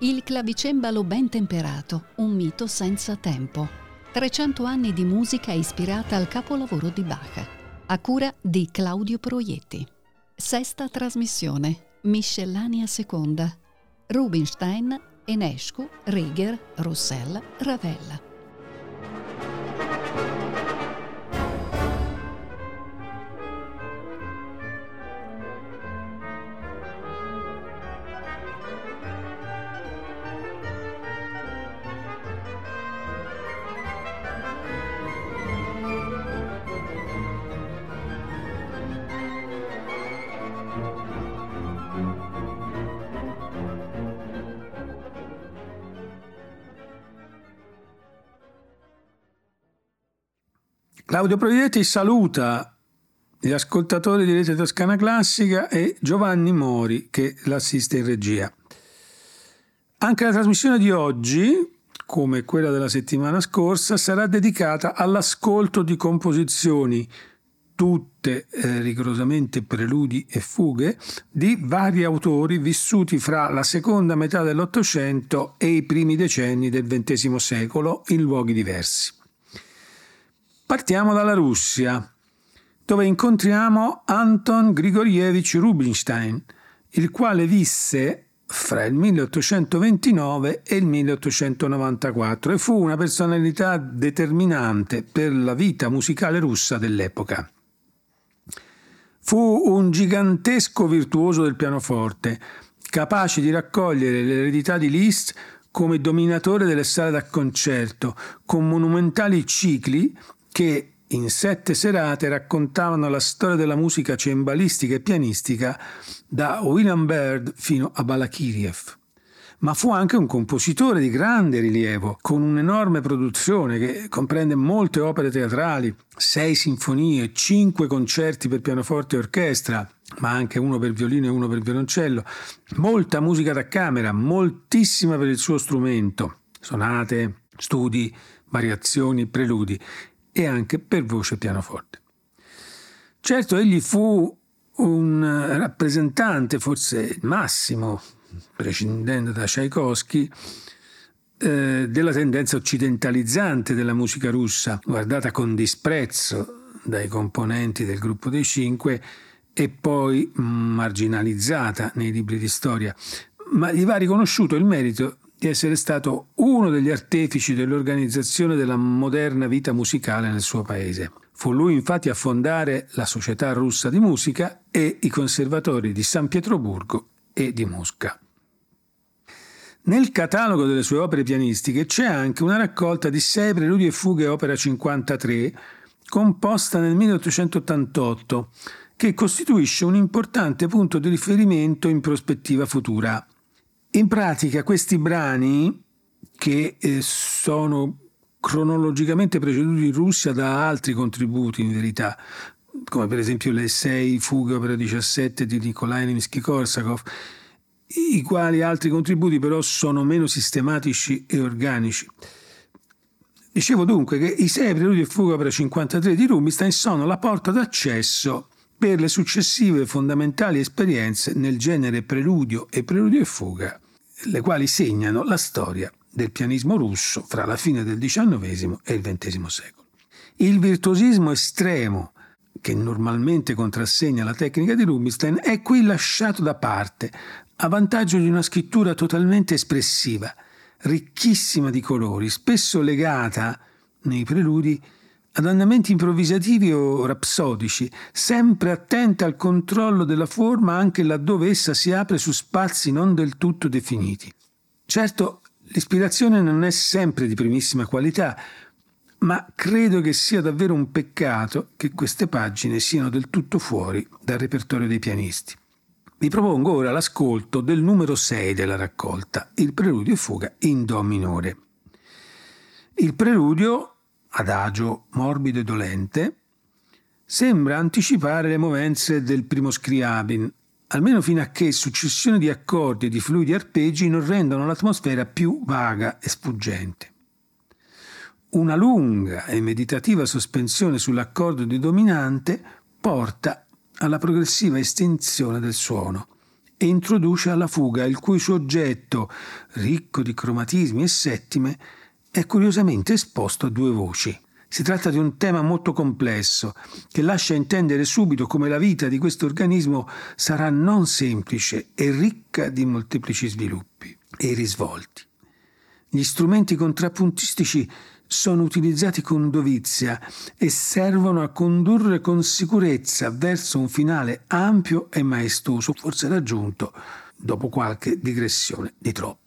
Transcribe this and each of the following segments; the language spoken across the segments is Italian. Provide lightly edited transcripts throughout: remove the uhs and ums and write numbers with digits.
Il clavicembalo ben temperato, un mito senza tempo. 300 anni di musica ispirata al capolavoro di Bach, a cura di Claudio Proietti. Sesta trasmissione, miscellanea seconda. Rubinstein, Enescu, Rieger, Roussel, Ravel. Claudio Proietti saluta gli ascoltatori di Rete Toscana Classica e Giovanni Mori che l'assiste in regia. Anche la trasmissione di oggi, come quella della settimana scorsa, sarà dedicata all'ascolto di composizioni, tutte rigorosamente preludi e fughe, di vari autori vissuti fra la seconda metà dell'Ottocento e i primi decenni del XX secolo in luoghi diversi. Partiamo dalla Russia, dove incontriamo Anton Grigor'evich Rubinstein, il quale visse fra il 1829 e il 1894 e fu una personalità determinante per la vita musicale russa dell'epoca. Fu un gigantesco virtuoso del pianoforte, capace di raccogliere l'eredità di Liszt come dominatore delle sale da concerto, con monumentali cicli che in 7 serate raccontavano la storia della musica cembalistica e pianistica da William Byrd fino a Balakirev. Ma fu anche un compositore di grande rilievo, con un'enorme produzione che comprende molte opere teatrali, 6 sinfonie, 5 concerti per pianoforte e orchestra, ma anche uno per violino e uno per violoncello, molta musica da camera, moltissima per il suo strumento, sonate, studi, variazioni, preludi, e anche per voce e pianoforte. Certo, egli fu un rappresentante, forse il massimo, prescindendo da Tchaikovsky, della tendenza occidentalizzante della musica russa, guardata con disprezzo dai componenti del gruppo dei Cinque e poi marginalizzata nei libri di storia, ma gli va riconosciuto il merito di essere stato uno degli artefici dell'organizzazione della moderna vita musicale nel suo paese. Fu lui infatti a fondare la Società Russa di Musica e i conservatori di San Pietroburgo e di Mosca. Nel catalogo delle sue opere pianistiche c'è anche una raccolta di 6 preludi e fughe opera 53, composta nel 1888, che costituisce un importante punto di riferimento in prospettiva futura. In pratica questi brani, che sono cronologicamente preceduti in Russia da altri contributi in verità, come per esempio le 6 fughe opera 17 di Nikolai Rimsky-Korsakov, i quali altri contributi però sono meno sistematici e organici. Dicevo dunque che i 6 preludi e fughe opera 53 di Rubinstein sono la porta d'accesso per le successive fondamentali esperienze nel genere preludio e fuga, le quali segnano la storia del pianismo russo fra la fine del XIX e il XX secolo. Il virtuosismo estremo che normalmente contrassegna la tecnica di Rubinstein è qui lasciato da parte a vantaggio di una scrittura totalmente espressiva, ricchissima di colori, spesso legata nei preludi ad andamenti improvvisativi o rapsodici, sempre attenta al controllo della forma anche laddove essa si apre su spazi non del tutto definiti. Certo, l'ispirazione non è sempre di primissima qualità, ma credo che sia davvero un peccato che queste pagine siano del tutto fuori dal repertorio dei pianisti. Vi propongo ora l'ascolto del numero 6 della raccolta, il preludio e fuga in do minore. Il preludio, adagio morbido e dolente, sembra anticipare le movenze del primo Scriabin, almeno fino a che successioni di accordi e di fluidi arpeggi non rendono l'atmosfera più vaga e sfuggente. Una lunga e meditativa sospensione sull'accordo di dominante porta alla progressiva estinzione del suono e introduce alla fuga, il cui soggetto, ricco di cromatismi e settime, è curiosamente esposto a due voci. Si tratta di un tema molto complesso che lascia intendere subito come la vita di questo organismo sarà non semplice e ricca di molteplici sviluppi e risvolti. Gli strumenti contrappuntistici sono utilizzati con dovizia e servono a condurre con sicurezza verso un finale ampio e maestoso, forse raggiunto dopo qualche digressione di troppo.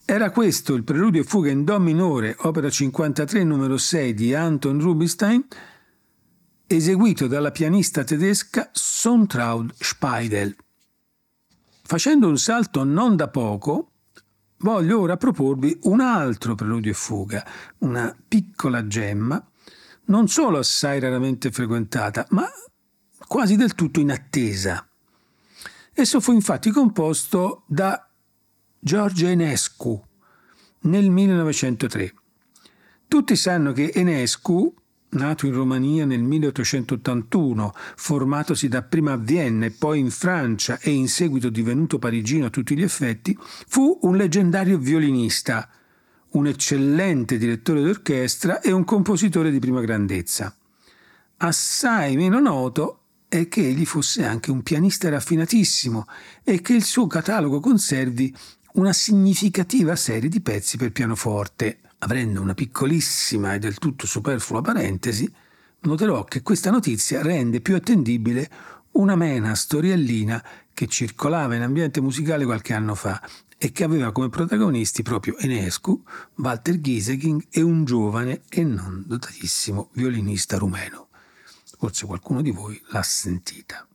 Era questo il preludio e fuga in do minore, opera 53 numero 6 di Anton Rubinstein, eseguito dalla pianista tedesca Sontraud Speidel. Facendo un salto non da poco, voglio ora proporvi un altro preludio e fuga, una piccola gemma, non solo assai raramente frequentata, ma quasi del tutto inattesa. Esso fu infatti composto da George Enescu nel 1903. Tutti sanno che Enescu, nato in Romania nel 1881, formatosi dapprima a Vienna e poi in Francia e in seguito divenuto parigino a tutti gli effetti, fu un leggendario violinista, un eccellente direttore d'orchestra e un compositore di prima grandezza. Assai meno noto è che egli fosse anche un pianista raffinatissimo e che il suo catalogo conservi una significativa serie di pezzi per pianoforte. Aprendo una piccolissima e del tutto superflua parentesi, noterò che questa notizia rende più attendibile una mena storiellina che circolava in ambiente musicale qualche anno fa e che aveva come protagonisti proprio Enescu, Walter Gieseking e un giovane e non dotatissimo violinista rumeno. Forse qualcuno di voi l'ha sentita.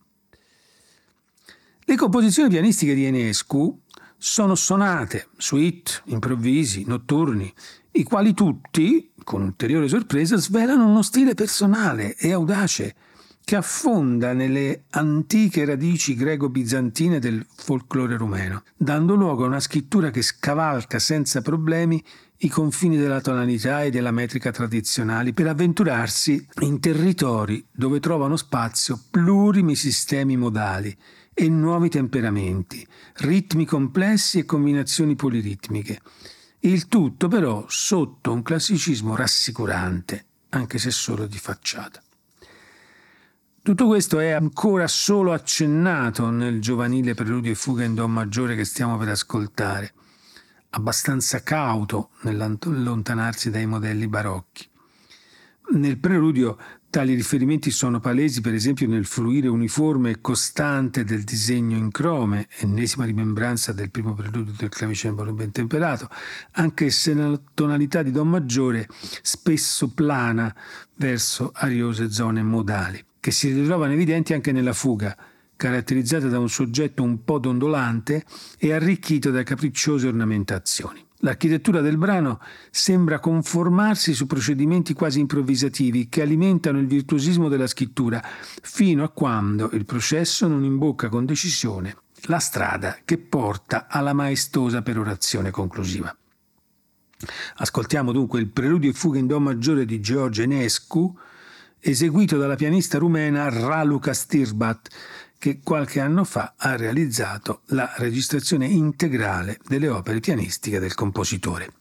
Le composizioni pianistiche di Enescu sono sonate, suite, improvvisi, notturni, i quali tutti, con ulteriore sorpresa, svelano uno stile personale e audace che affonda nelle antiche radici greco-bizantine del folklore rumeno, dando luogo a una scrittura che scavalca senza problemi i confini della tonalità e della metrica tradizionali per avventurarsi in territori dove trovano spazio plurimi sistemi modali e nuovi temperamenti, ritmi complessi e combinazioni poliritmiche. Il tutto però sotto un classicismo rassicurante, anche se solo di facciata. Tutto questo è ancora solo accennato nel giovanile preludio e fuga in do maggiore che stiamo per ascoltare, abbastanza cauto nell'allontanarsi dai modelli barocchi. Nel preludio tali riferimenti sono palesi, per esempio, nel fluire uniforme e costante del disegno in crome, ennesima rimembranza del primo preludio del clavicembalo ben temperato, anche se nella tonalità di do maggiore spesso plana verso ariose zone modali, che si ritrovano evidenti anche nella fuga, caratterizzata da un soggetto un po' dondolante e arricchito da capricciose ornamentazioni. L'architettura del brano sembra conformarsi su procedimenti quasi improvvisativi che alimentano il virtuosismo della scrittura fino a quando il processo non imbocca con decisione la strada che porta alla maestosa perorazione conclusiva. Ascoltiamo dunque il preludio e fuga in do maggiore di George Enescu, eseguito dalla pianista rumena Raluca Stirbat, che qualche anno fa ha realizzato la registrazione integrale delle opere pianistiche del compositore.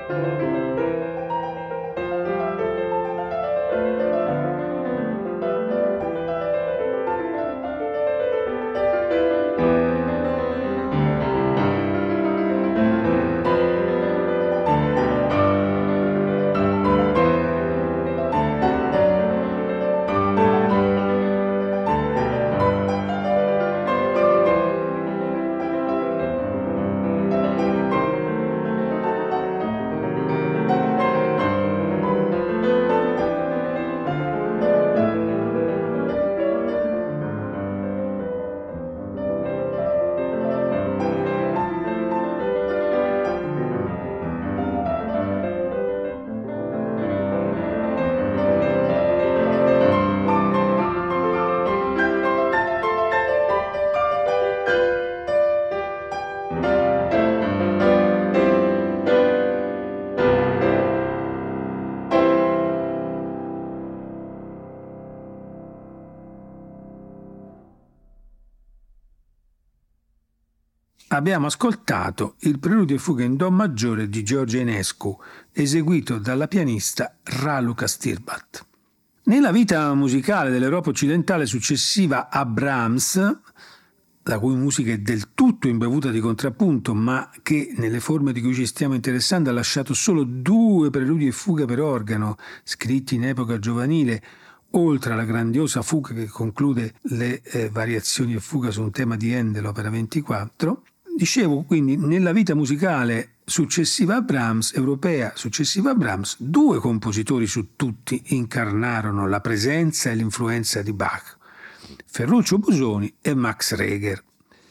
Abbiamo ascoltato il preludio e fuga in do maggiore di George Enescu, eseguito dalla pianista Raluca Stirbat. Nella vita musicale dell'Europa occidentale successiva a Brahms, la cui musica è del tutto imbevuta di contrappunto, ma che nelle forme di cui ci stiamo interessando ha lasciato solo 2 preludi e fughe per organo, scritti in epoca giovanile, oltre alla grandiosa fuga che conclude le variazioni e fuga su un tema di Handel, opera 24. Dicevo, quindi, nella vita musicale successiva a Brahms, europea successiva a Brahms, 2 compositori su tutti incarnarono la presenza e l'influenza di Bach: Ferruccio Busoni e Max Reger.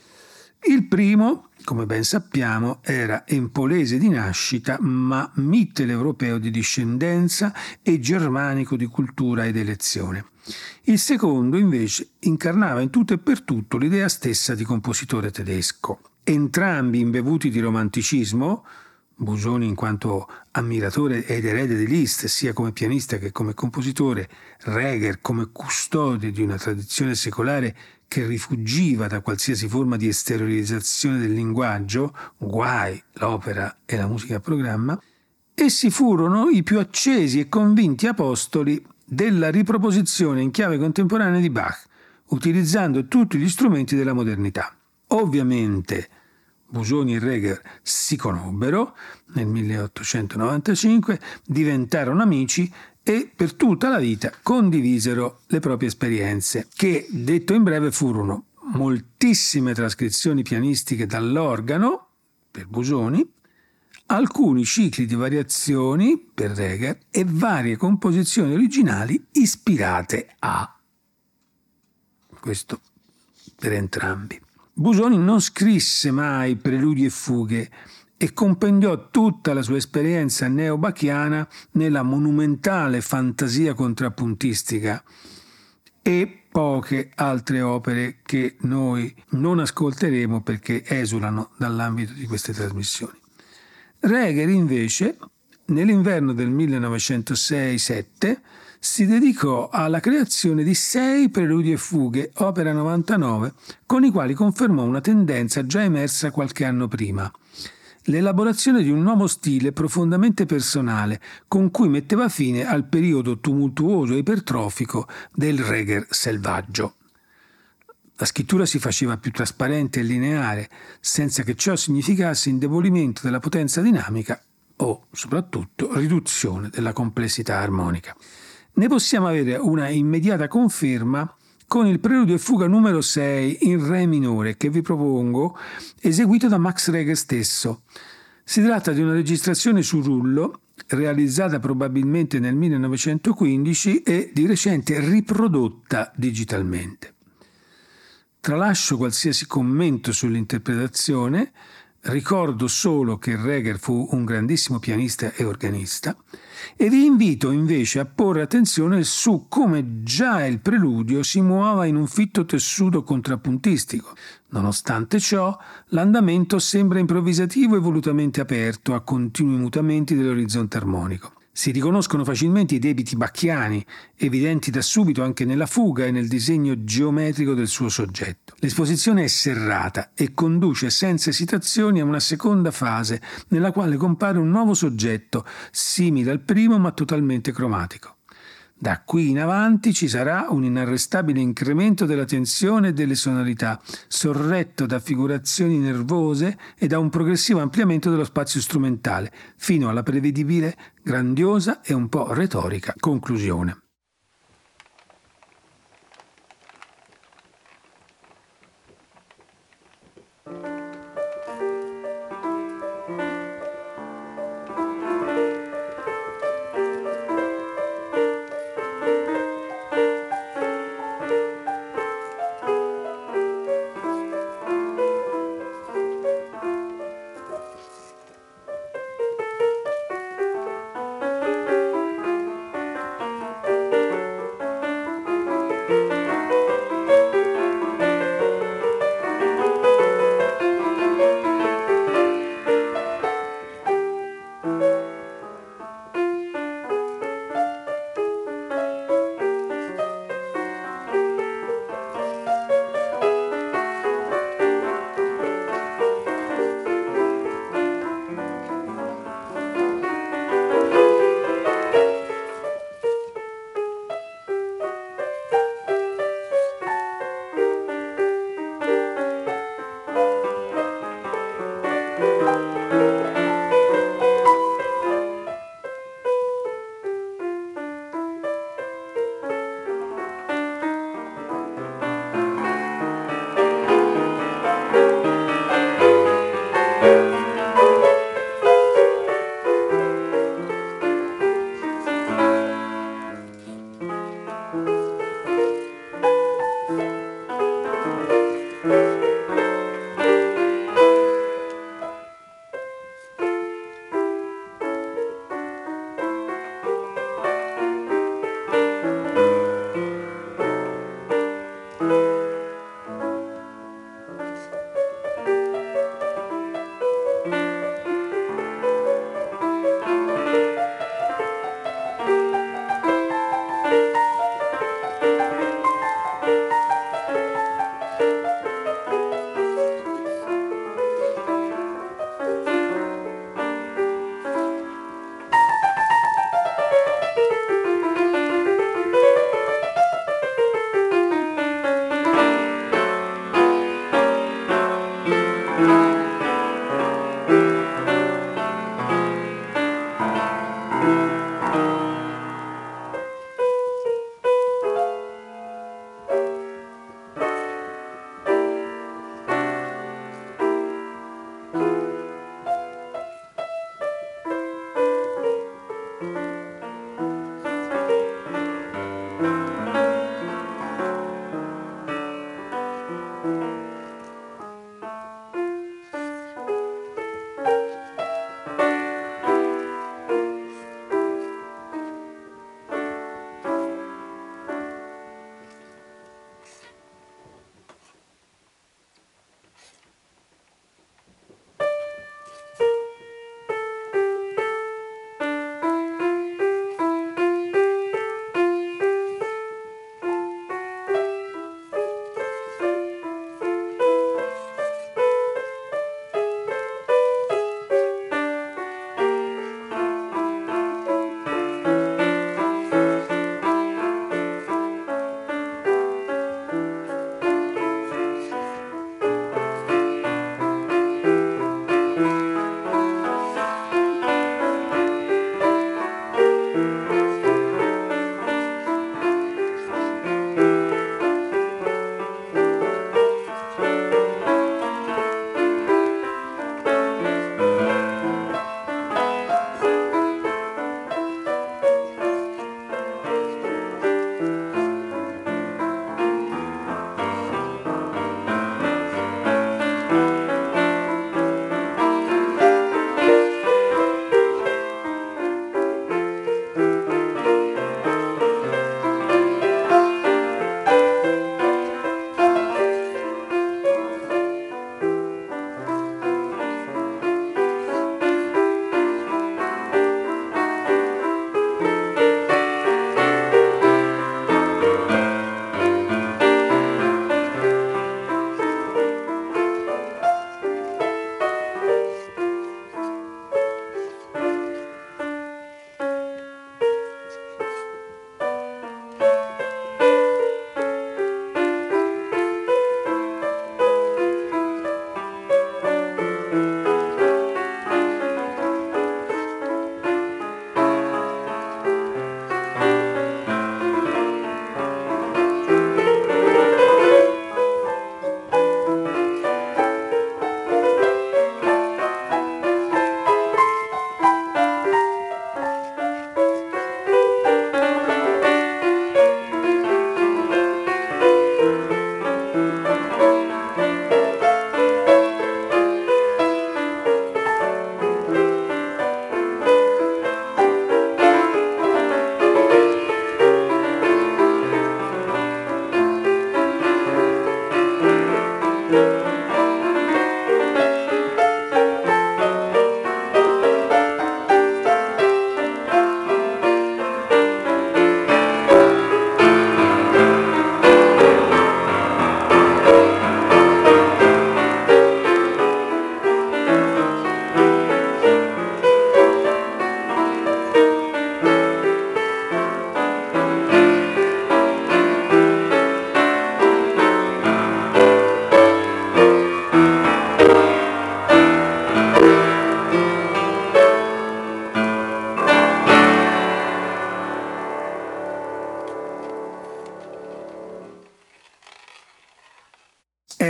Il primo, come ben sappiamo, era empolese di nascita, ma mitteleuropeo di discendenza e germanico di cultura ed elezione. Il secondo, invece, incarnava in tutto e per tutto l'idea stessa di compositore tedesco. Entrambi imbevuti di romanticismo, Busoni in quanto ammiratore ed erede di Liszt, sia come pianista che come compositore, Reger come custode di una tradizione secolare che rifuggiva da qualsiasi forma di esteriorizzazione del linguaggio, guai l'opera e la musica a programma. Essi furono i più accesi e convinti apostoli della riproposizione in chiave contemporanea di Bach, utilizzando tutti gli strumenti della modernità. Ovviamente Busoni e Reger si conobbero nel 1895, diventarono amici e per tutta la vita condivisero le proprie esperienze, che, detto in breve, furono moltissime trascrizioni pianistiche dall'organo per Busoni, alcuni cicli di variazioni per Reger e varie composizioni originali ispirate a. Questo per entrambi. Busoni non scrisse mai preludi e fughe e compendiò tutta la sua esperienza neobachiana nella monumentale fantasia contrappuntistica e poche altre opere che noi non ascolteremo perché esulano dall'ambito di queste trasmissioni. Reger, invece, nell'inverno del 1906-07 si dedicò alla creazione di 6 preludi e fughe, opera 99, con i quali confermò una tendenza già emersa qualche anno prima: l'elaborazione di un nuovo stile profondamente personale, con cui metteva fine al periodo tumultuoso e ipertrofico del Reger selvaggio. La scrittura si faceva più trasparente e lineare, senza che ciò significasse indebolimento della potenza dinamica o, soprattutto, riduzione della complessità armonica. Ne possiamo avere una immediata conferma con il preludio e fuga numero 6 in re minore che vi propongo, eseguito da Max Reger stesso. Si tratta di una registrazione su rullo, realizzata probabilmente nel 1915 e di recente riprodotta digitalmente. Tralascio qualsiasi commento sull'interpretazione, ricordo solo che Reger fu un grandissimo pianista e organista e vi invito invece a porre attenzione su come già il preludio si muova in un fitto tessuto contrappuntistico. Nonostante ciò, l'andamento sembra improvvisativo e volutamente aperto a continui mutamenti dell'orizzonte armonico. Si riconoscono facilmente i debiti bacchiani, evidenti da subito anche nella fuga e nel disegno geometrico del suo soggetto. L'esposizione è serrata e conduce senza esitazioni a una seconda fase, nella quale compare un nuovo soggetto, simile al primo ma totalmente cromatico. Da qui in avanti ci sarà un inarrestabile incremento della tensione e delle sonorità, sorretto da figurazioni nervose e da un progressivo ampliamento dello spazio strumentale, fino alla prevedibile, grandiosa e un po' retorica conclusione.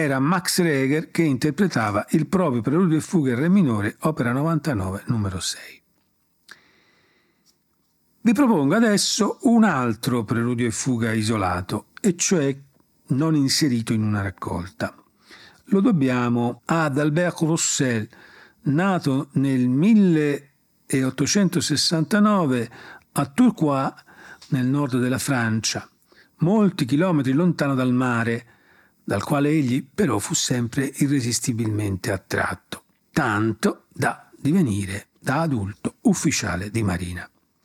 era Max Reger che interpretava il proprio Preludio e Fuga in Re minore, opera 99, numero 6. Vi propongo adesso un altro Preludio e Fuga isolato, e cioè non inserito in una raccolta. Lo dobbiamo ad Albert Roussel, nato nel 1869 a Tourcoing, nel nord della Francia, molti chilometri lontano dal mare, dal quale egli però fu sempre irresistibilmente attratto, tanto da divenire da adulto ufficiale di marina.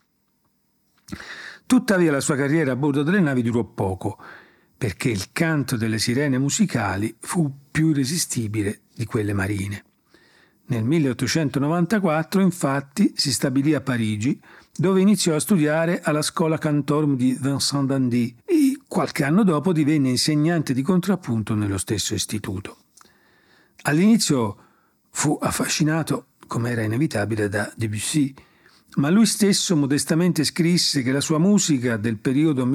Tuttavia la sua carriera a bordo delle navi durò poco, perché il canto delle sirene musicali fu più irresistibile di quelle marine. Nel 1894, infatti, si stabilì a Parigi, dove iniziò a studiare alla Scola Cantorum di Vincent d'Indy e qualche anno dopo divenne insegnante di contrappunto nello stesso istituto. All'inizio fu affascinato, come era inevitabile, da Debussy, ma lui stesso modestamente scrisse che la sua musica del periodo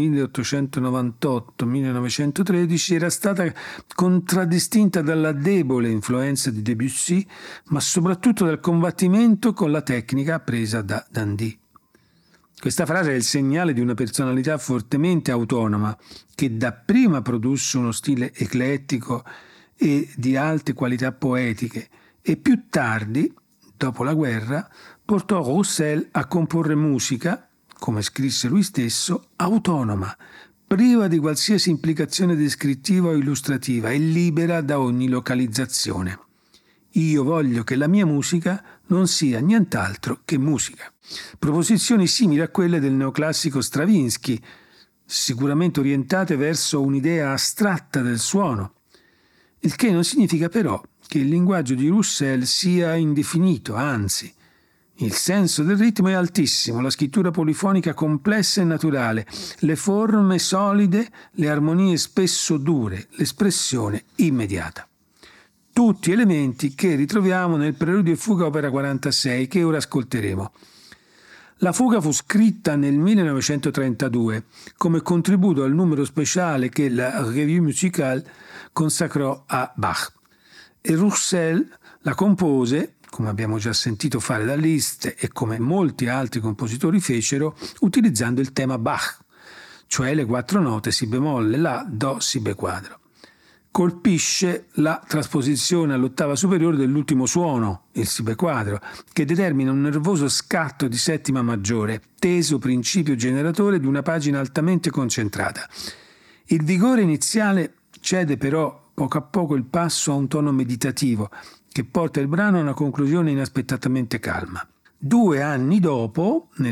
1898-1913 era stata contraddistinta dalla debole influenza di Debussy, ma soprattutto dal combattimento con la tecnica appresa da d'Indy. Questa frase è il segnale di una personalità fortemente autonoma che dapprima produsse uno stile eclettico e di alte qualità poetiche e più tardi, dopo la guerra, portò Roussel a comporre musica, come scrisse lui stesso, autonoma, priva di qualsiasi implicazione descrittiva o illustrativa e libera da ogni localizzazione. Io voglio che la mia musica non sia nient'altro che musica. Proposizioni simili a quelle del neoclassico Stravinsky, sicuramente orientate verso un'idea astratta del suono, il che non significa però che il linguaggio di Roussel sia indefinito, anzi, il senso del ritmo è altissimo, la scrittura polifonica complessa e naturale, le forme solide, le armonie spesso dure, l'espressione immediata. Tutti elementi che ritroviamo nel Preludio e Fuga opera 46 che ora ascolteremo. La fuga fu scritta nel 1932 come contributo al numero speciale che la Revue Musicale consacrò a Bach e Roussel la compose, come abbiamo già sentito fare da Liszt e come molti altri compositori fecero, utilizzando il tema Bach, cioè le 4 note Si bemolle, La, Do, Si be quadro. Colpisce la trasposizione all'ottava superiore dell'ultimo suono, il Si be quadro, che determina un nervoso scatto di settima maggiore, teso principio generatore di una pagina altamente concentrata. Il vigore iniziale cede però poco a poco il passo a un tono meditativo, che porta il brano a una conclusione inaspettatamente calma. 2 anni dopo, nel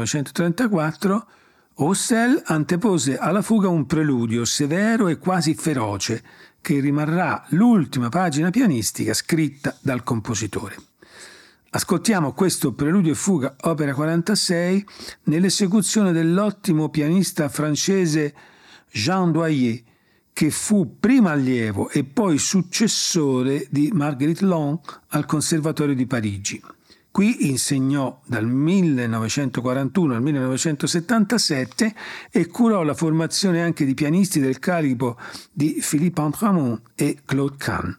1934, Roussel antepose alla fuga un preludio severo e quasi feroce, che rimarrà l'ultima pagina pianistica scritta dal compositore. Ascoltiamo questo Preludio e Fuga opera 46 nell'esecuzione dell'ottimo pianista francese Jean Doyer, che fu prima allievo e poi successore di Marguerite Long al Conservatorio di Parigi. Qui insegnò dal 1941 al 1977 e curò la formazione anche di pianisti del calibro di Philippe Andramont e Claude Kahn.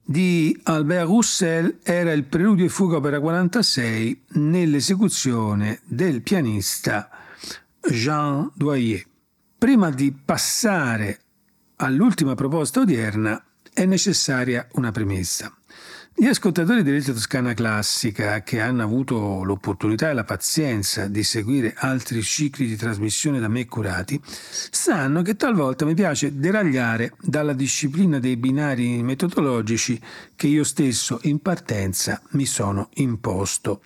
di Albert Roussel era il Preludio e Fuga opera 46 nell'esecuzione del pianista Jean Doyer. Prima di passare all'ultima proposta odierna è necessaria una premessa. Gli ascoltatori di Rete Toscana Classica, che hanno avuto l'opportunità e la pazienza di seguire altri cicli di trasmissione da me curati, sanno che talvolta mi piace deragliare dalla disciplina dei binari metodologici che io stesso in partenza mi sono imposto.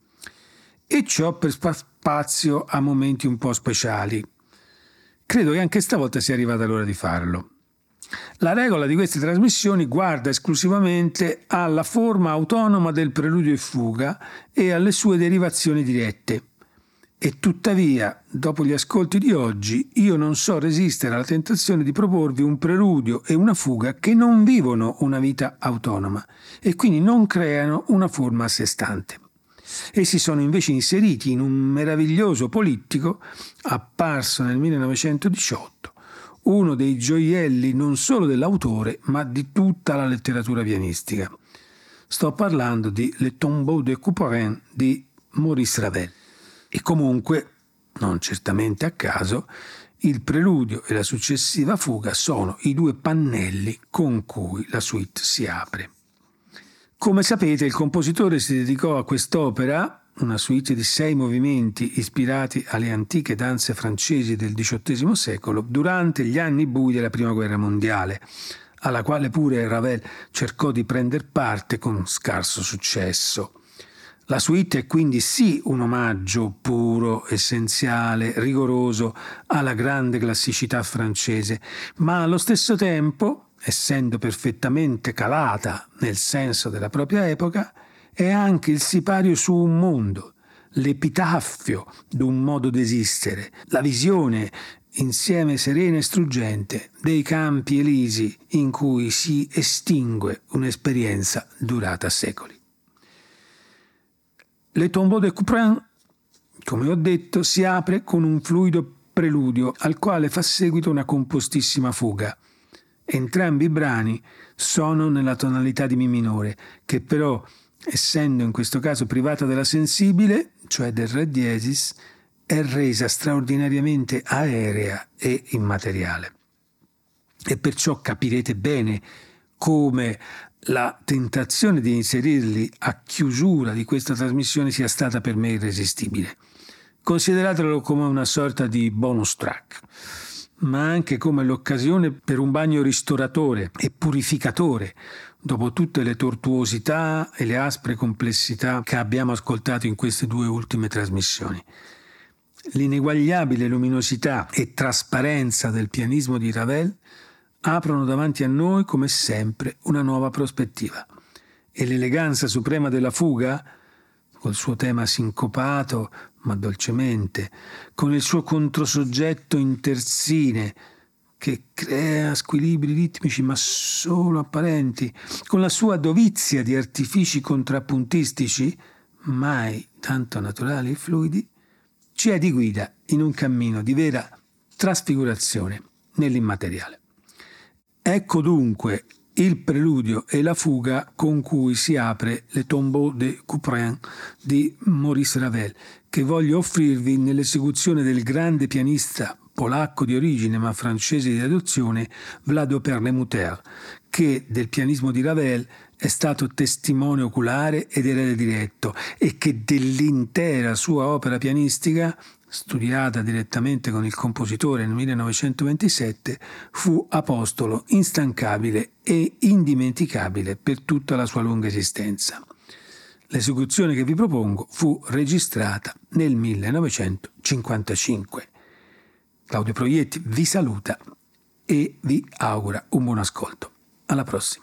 E ciò per spazio a momenti un po' speciali. Credo che anche stavolta sia arrivata l'ora di farlo. La regola di queste trasmissioni guarda esclusivamente alla forma autonoma del preludio e fuga e alle sue derivazioni dirette. E tuttavia, dopo gli ascolti di oggi, io non so resistere alla tentazione di proporvi un preludio e una fuga che non vivono una vita autonoma e quindi non creano una forma a sé stante. Essi sono invece inseriti in un meraviglioso polittico apparso nel 1918, uno dei gioielli non solo dell'autore, ma di tutta la letteratura pianistica. Sto parlando di Le Tombeau de Couperin di Maurice Ravel. E comunque, non certamente a caso, il preludio e la successiva fuga sono i due pannelli con cui la suite si apre. Come sapete, il compositore si dedicò a quest'opera, una suite di 6 movimenti ispirati alle antiche danze francesi del XVIII secolo, durante gli anni bui della Prima Guerra Mondiale, alla quale pure Ravel cercò di prender parte con scarso successo. La suite è quindi sì un omaggio puro, essenziale, rigoroso alla grande classicità francese, ma allo stesso tempo, essendo perfettamente calata nel senso della propria epoca, è anche il sipario su un mondo, l'epitaffio d'un modo d'esistere, la visione insieme serena e struggente dei campi elisi in cui si estingue un'esperienza durata secoli. Le Tombeau de Couperin, come ho detto, si apre con un fluido preludio al quale fa seguito una compostissima fuga. Entrambi i brani sono nella tonalità di Mi minore, che però, essendo in questo caso privata della sensibile, cioè del Re diesis, è resa straordinariamente aerea e immateriale. E perciò capirete bene come la tentazione di inserirli a chiusura di questa trasmissione sia stata per me irresistibile. Consideratelo come una sorta di bonus track, ma anche come l'occasione per un bagno ristoratore e purificatore dopo tutte le tortuosità e le aspre complessità che abbiamo ascoltato in queste 2 ultime trasmissioni. L'ineguagliabile luminosità e trasparenza del pianismo di Ravel aprono davanti a noi, come sempre, una nuova prospettiva. E l'eleganza suprema della fuga, col suo tema sincopato ma dolcemente, con il suo controsoggetto in terzine, che crea squilibri ritmici ma solo apparenti, con la sua dovizia di artifici contrappuntistici, mai tanto naturali e fluidi, ci è di guida in un cammino di vera trasfigurazione nell'immateriale. Ecco dunque il preludio e la fuga con cui si apre Le Tombeau de Couperin di Maurice Ravel, che voglio offrirvi nell'esecuzione del grande pianista polacco di origine ma francese di adozione Vlado Perlemuter, che del pianismo di Ravel è stato testimone oculare ed erede diretto e che dell'intera sua opera pianistica, studiata direttamente con il compositore nel 1927, fu apostolo instancabile e indimenticabile per tutta la sua lunga esistenza. L'esecuzione che vi propongo fu registrata nel 1955. Claudio Proietti vi saluta e vi augura un buon ascolto. Alla prossima.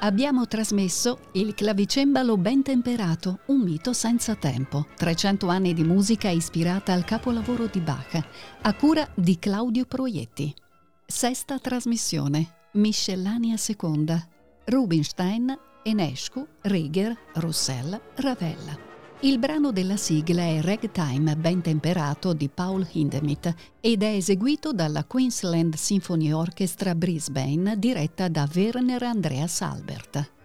Abbiamo trasmesso Il clavicembalo ben temperato, un mito senza tempo. 300 anni di musica ispirata al capolavoro di Bach, a cura di Claudio Proietti. Sesta trasmissione, Miscellanea seconda, Rubinstein, Enescu, Reger, Roussel, Ravel. Il brano della sigla è Ragtime ben temperato di Paul Hindemith ed è eseguito dalla Queensland Symphony Orchestra Brisbane diretta da Werner Andreas Albert.